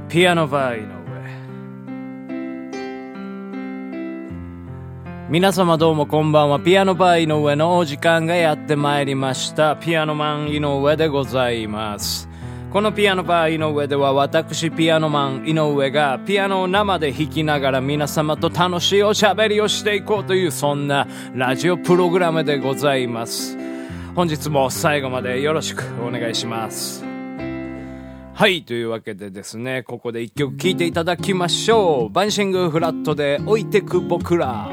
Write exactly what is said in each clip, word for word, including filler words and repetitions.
ピアノバー井上。皆様どうもこんばんは。ピアノバー井上のお時間がやってまいりました。ピアノマン井上でございます。このピアノバー井上では、私ピアノマン井上がピアノを生で弾きながら皆様と楽しいおしゃべりをしていこうという、そんなラジオプログラムでございます。本日も最後までよろしくお願いします。はい、というわけでですね、ここで一曲聴いていただきましょう。バニシングフラットで置いてく僕ら。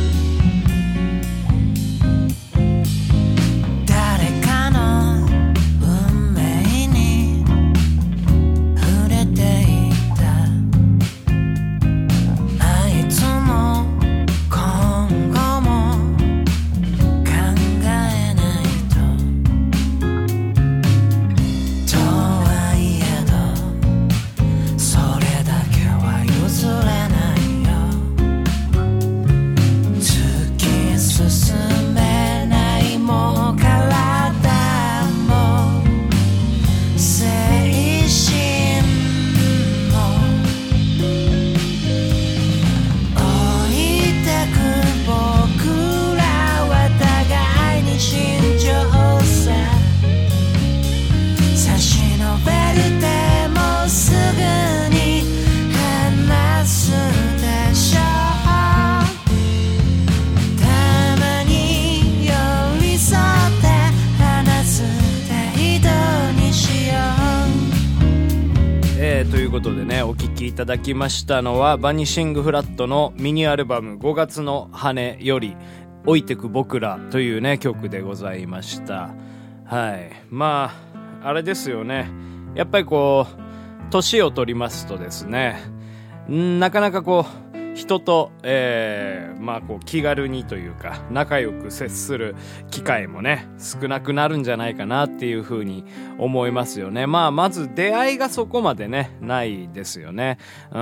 ということでね、お聴きいただきましたのはバニシングフラットのミニアルバムごがつの羽より置いてく僕らというね曲でございました。はい、まああれですよね、やっぱりこう年を取りますとですね、なかなかこう人と、えー、まあこう気軽にというか仲良く接する機会もね少なくなるんじゃないかなっていうふうに思いますよね。まあまず出会いがそこまでねないですよね。うん、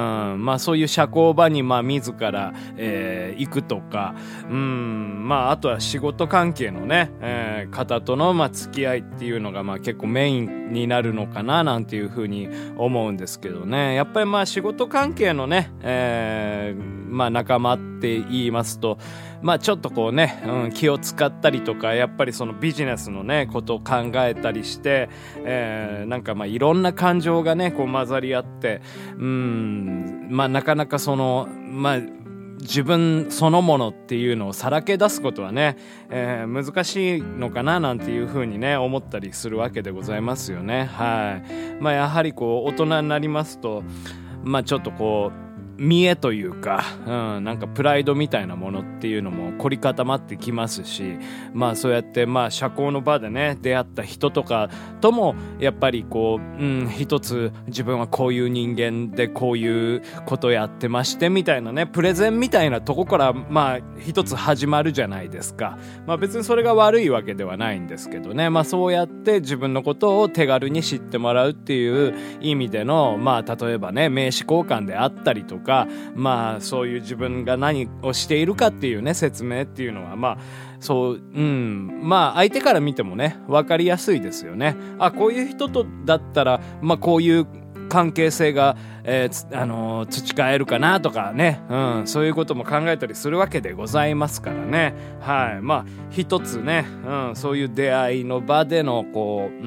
まあそういう社交場にまあ自ら、えー、行くとか、うん、まああとは仕事関係のね、えー、方とのまあ付き合いっていうのがまあ結構メインになるのかななんていうふうに思うんですけどね。やっぱりまあ仕事関係のね、えーまあ仲間って言いますと、まあちょっとこうね、うん、気を使ったりとか、やっぱりそのビジネスのねことを考えたりして、えー、なんかまあいろんな感情がねこう混ざり合って、うん、まあなかなかそのまあ自分そのものっていうのをさらけ出すことはね、えー、難しいのかななんていうふうにね思ったりするわけでございますよね。はい。まあやはりこう大人になりますと、まあちょっとこう見栄というか、うん、なんかプライドみたいなものっていうのも凝り固まってきますし、まあそうやってまあ社交の場でね出会った人とかともやっぱりこう、うん、一つ自分はこういう人間でこういうことやってましてみたいなねプレゼンみたいなとこからまあ一つ始まるじゃないですか。まあ別にそれが悪いわけではないんですけどね、まあそうやって自分のことを手軽に知ってもらうっていう意味でのまあ例えばね名刺交換であったりとか、まあそういう自分が何をしているかっていうね説明っていうのはまあそう、うん、まあ相手から見てもね分かりやすいですよね。あ、こういう人とだったらまあこういう関係性が、えーあのー、培えるかなとかね、うん、そういうことも考えたりするわけでございますからね。はい、まあ一つね、うん、そういう出会いの場でのこう、うん、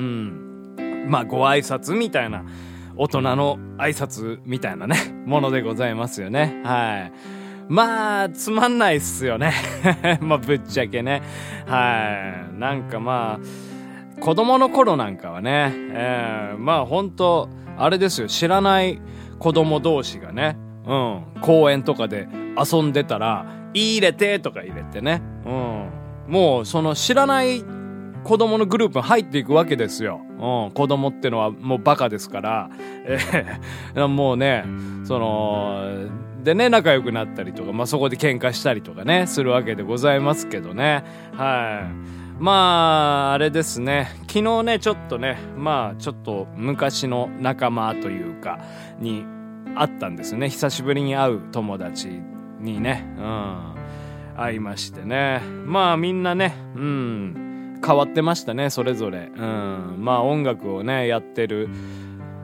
まあご挨拶みたいな大人の挨拶みたいなねものでございますよね。はい。まあつまんないっすよねまあぶっちゃけね。はい。なんかまあ子供の頃なんかはね、えー、まあ本当あれですよ、知らない子供同士がね、うん、公園とかで遊んでたら入れてとか入れてね、うん、もうその知らない子供のグループに入っていくわけですよ。うん、子供ってのはもうバカですから、えー、もうね、そのでね仲良くなったりとか、まあそこで喧嘩したりとかねするわけでございますけどね。はい。まああれですね、昨日ねちょっとねまあちょっと昔の仲間というかに会ったんですね。久しぶりに会う友達にね、うん、会いましてね。まあみんなね、うん変わってましたねそれぞれ。うん、まあ音楽をねやってる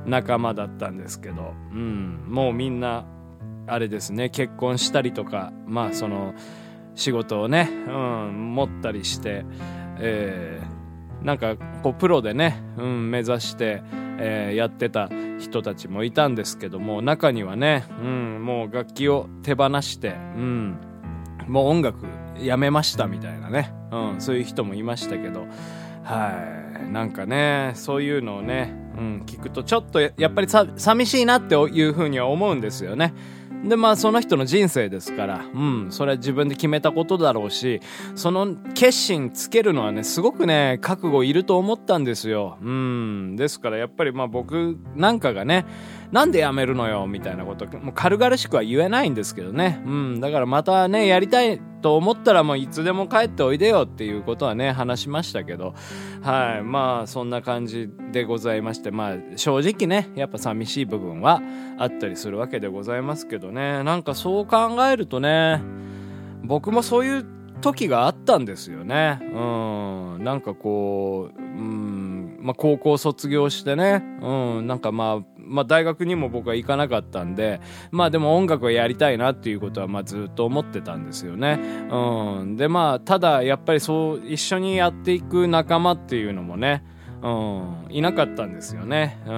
仲間だったんですけど、うん、もうみんなあれですね、結婚したりとか、まあその仕事をね、うん、持ったりして、えー、なんかこうプロでね、うん、目指して、えー、やってた人たちもいたんですけども、中にはね、うん、もう楽器を手放して、うん、もう音楽やめましたみたいなね、うん、そういう人もいましたけど、はい、なんかね、そういうのをね、うん、聞くとちょっとやっぱりさ寂しいなっていうふうには思うんですよね。でまあその人の人生ですから、うん、それは自分で決めたことだろうし、その決心つけるのはね、すごくね覚悟いると思ったんですよ。うん、ですからやっぱりまあ僕なんかがね、なんでやめるのよみたいなこともう軽々しくは言えないんですけどね、うん、だからまたねやりたいと思ったらもういつでも帰っておいでよっていうことはね話しましたけど、はい、まあそんな感じでございまして、まあ正直ねやっぱ寂しい部分はあったりするわけでございますけどね、なんかそう考えるとね、僕もそういう時があったんですよね。うん、なんかこう、うん、まあ高校卒業してね、うん、なんかまあまあ大学にも僕は行かなかったんで、まあでも音楽をやりたいなっていうことはまあずっと思ってたんですよね。うん、でまあただやっぱりそう一緒にやっていく仲間っていうのもね、うん、いなかったんですよね。うん、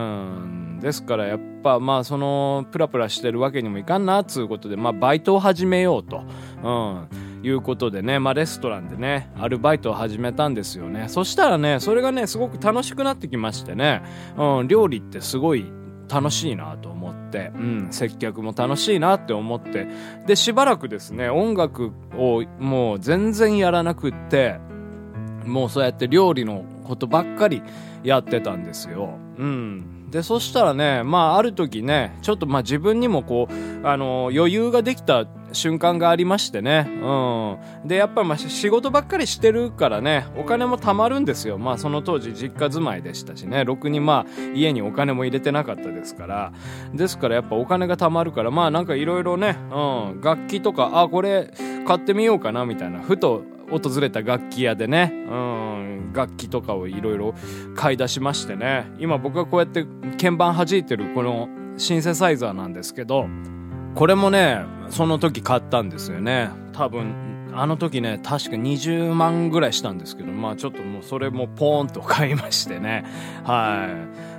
ですからやっぱまあそのプラプラしてるわけにもいかんなっつうことで、まあバイトを始めようと、うん、いうことでね、まあレストランでねアルバイトを始めたんですよね。そしたらねそれがねすごく楽しくなってきましてね、うん、料理ってすごい楽しいなと思って、うん、接客も楽しいなって思って、でしばらくですね音楽をもう全然やらなくって、もうそうやって料理のことばっかりやってたんですよ。うん。でそしたらね、まあある時ねちょっとまあ自分にもこうあの余裕ができた瞬間がありましてね、うん、でやっぱりまあ仕事ばっかりしてるからねお金も貯まるんですよ。まあその当時実家住まいでしたしね、ろくにまあ家にお金も入れてなかったですから、ですからやっぱお金が貯まるから、まあなんかいろいろね、うん、楽器とかあこれ買ってみようかなみたいな、ふと訪れた楽器屋でね、うん、楽器とかをいろいろ買い出しましてね、今僕がこうやって鍵盤弾いてるこのシンセサイザーなんですけど、これもねその時買ったんですよね。多分あの時ね確かにじゅうまんぐらいしたんですけど、まあちょっともうそれもポーンと買いましてね、はい、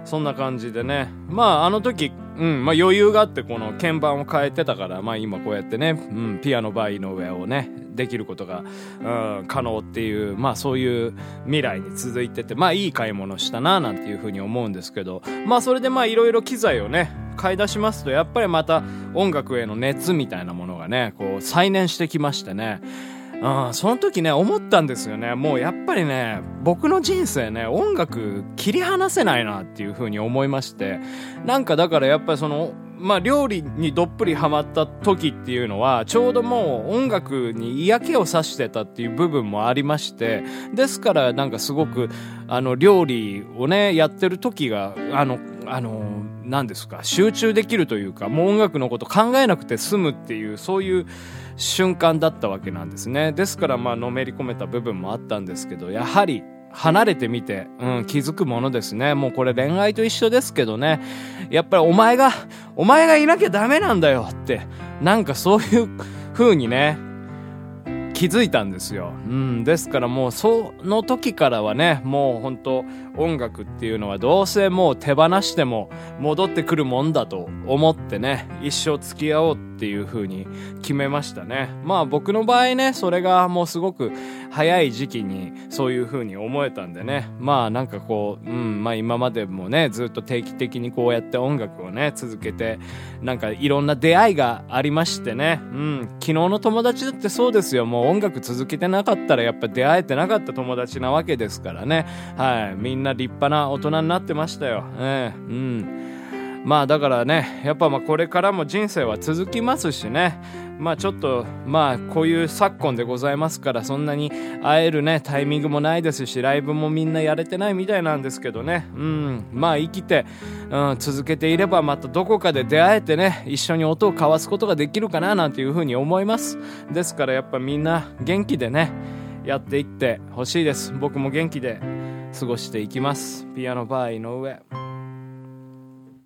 そんな感じでね、まああの時、うんまあ、余裕があってこの鍵盤を変えてたから、まあ今こうやってね、うん、ピアノバイの上をねできることが、うん、可能っていう、まあそういう未来に続いてて、まあいい買い物したななんていうふうに思うんですけど、まあそれでまあいろいろ機材をね買い出しますと、やっぱりまた音楽への熱みたいなものがねこう再燃してきましてね、うん、その時ね思ったんですよね。もうやっぱりね僕の人生ね音楽切り離せないなっていう風に思いまして、なんかだからやっぱりそのまあ料理にどっぷりハマった時っていうのはちょうどもう音楽に嫌気をさしてたっていう部分もありまして、ですからなんかすごくあの料理をねやってる時があのあの何ですか集中できるというか、もう音楽のこと考えなくて済むっていうそういう瞬間だったわけなんですね。ですからまあのめり込めた部分もあったんですけど、やはり離れてみて、うん、気づくものですね。もうこれ恋愛と一緒ですけどね、やっぱりお前がお前がいなきゃダメなんだよってなんかそういう風にね気づいたんですよ。うん、ですからもうその時からはねもう本当音楽っていうのはどうせもう手放しても戻ってくるもんだと思ってね一生付き合おうっていう風に決めましたね。まあ僕の場合ねそれがもうすごく早い時期にそういう風に思えたんでね、まあなんかこう、うんまあ今までもねずっと定期的にこうやって音楽をね続けてなんかいろんな出会いがありましてね、うん昨日の友達だってそうですよ。もう音楽続けてなかったらやっぱ出会えてなかった友達なわけですからね、はいみんな立派な大人になってましたよ、えー、うんまあだからねやっぱまあこれからも人生は続きますしね、まあちょっとまあこういう昨今でございますからそんなに会えるねタイミングもないですし、ライブもみんなやれてないみたいなんですけどね、うんまあ生きて、うん、続けていればまたどこかで出会えてね一緒に音を交わすことができるかななんていうふうに思います。ですからやっぱみんな元気でねやっていってほしいです。僕も元気で過ごしていきます。ピアノバー井上。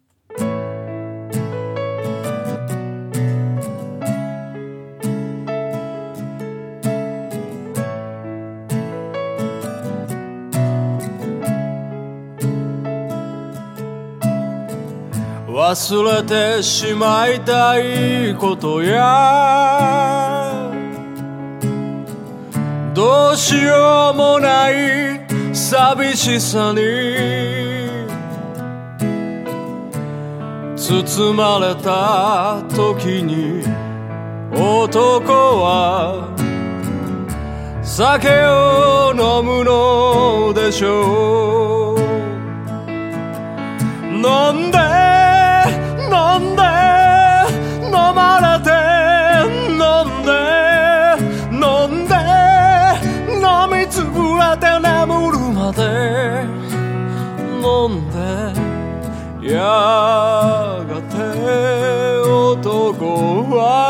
忘れてしまいたいことやどうしようもない寂しさに包まれた時に男は酒を飲むのでしょう。飲んで飲んで飲まれて飲んで飲んで飲みつぶれて眠るまで飲んでやがて男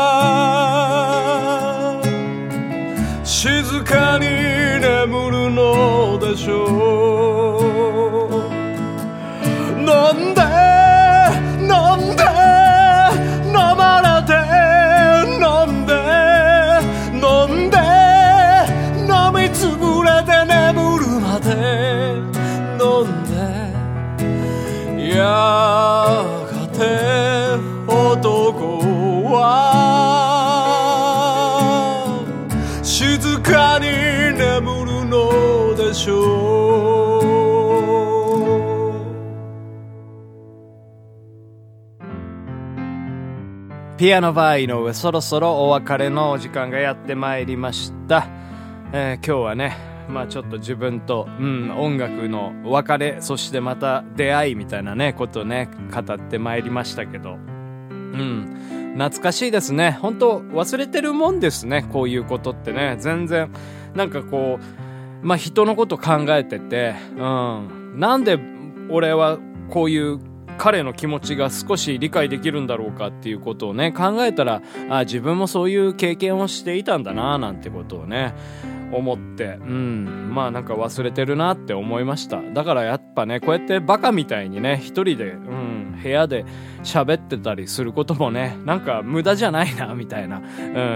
は静かに眠るのでしょう。飲んで飲んで飲まれて飲んで飲んで飲みつぶれて眠るまで飲んでやがて男は静かに眠るのでしょう。ピアノバー井上、そろそろお別れのお時間がやってまいりました。えー、今日はね、まあちょっと自分と、うん、音楽の別れ、そしてまた出会いみたいなね、ことをね、語ってまいりましたけど、うん、懐かしいですね。本当忘れてるもんですね、こういうことってね。全然、なんかこう、まあ人のこと考えてて、うん、なんで俺はこういう彼の気持ちが少し理解できるんだろうかっていうことをね考えたら、あ、自分もそういう経験をしていたんだななんてことをね思って、うん、まあなんか忘れてるなって思いました。だからやっぱね、こうやってバカみたいにね一人で、うん、部屋で喋ってたりすることもね、なんか無駄じゃないなみたいな、うん、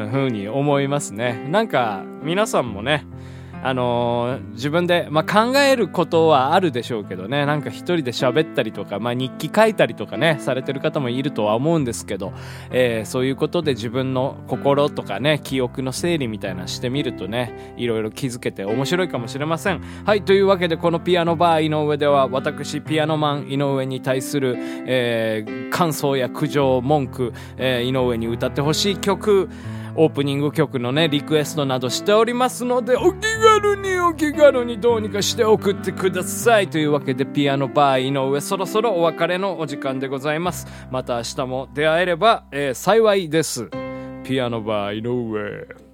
風に思いますね。なんか皆さんもね、あのー、自分で、まあ、考えることはあるでしょうけどね、なんか一人で喋ったりとか、まあ、日記書いたりとかねされてる方もいるとは思うんですけど、えー、そういうことで自分の心とかね記憶の整理みたいなしてみるとね、いろいろ気づけて面白いかもしれません。はい、というわけでこのピアノバー井上では、私ピアノマン井上に対する、えー、感想や苦情文句、えー、井上に歌ってほしい曲、オープニング曲のねリクエストなどしておりますので、お気軽にお気軽にどうにかして送ってください。というわけでピアノバー井上、そろそろお別れのお時間でございます。また明日も出会えれば、えー、幸いです。ピアノバー井上。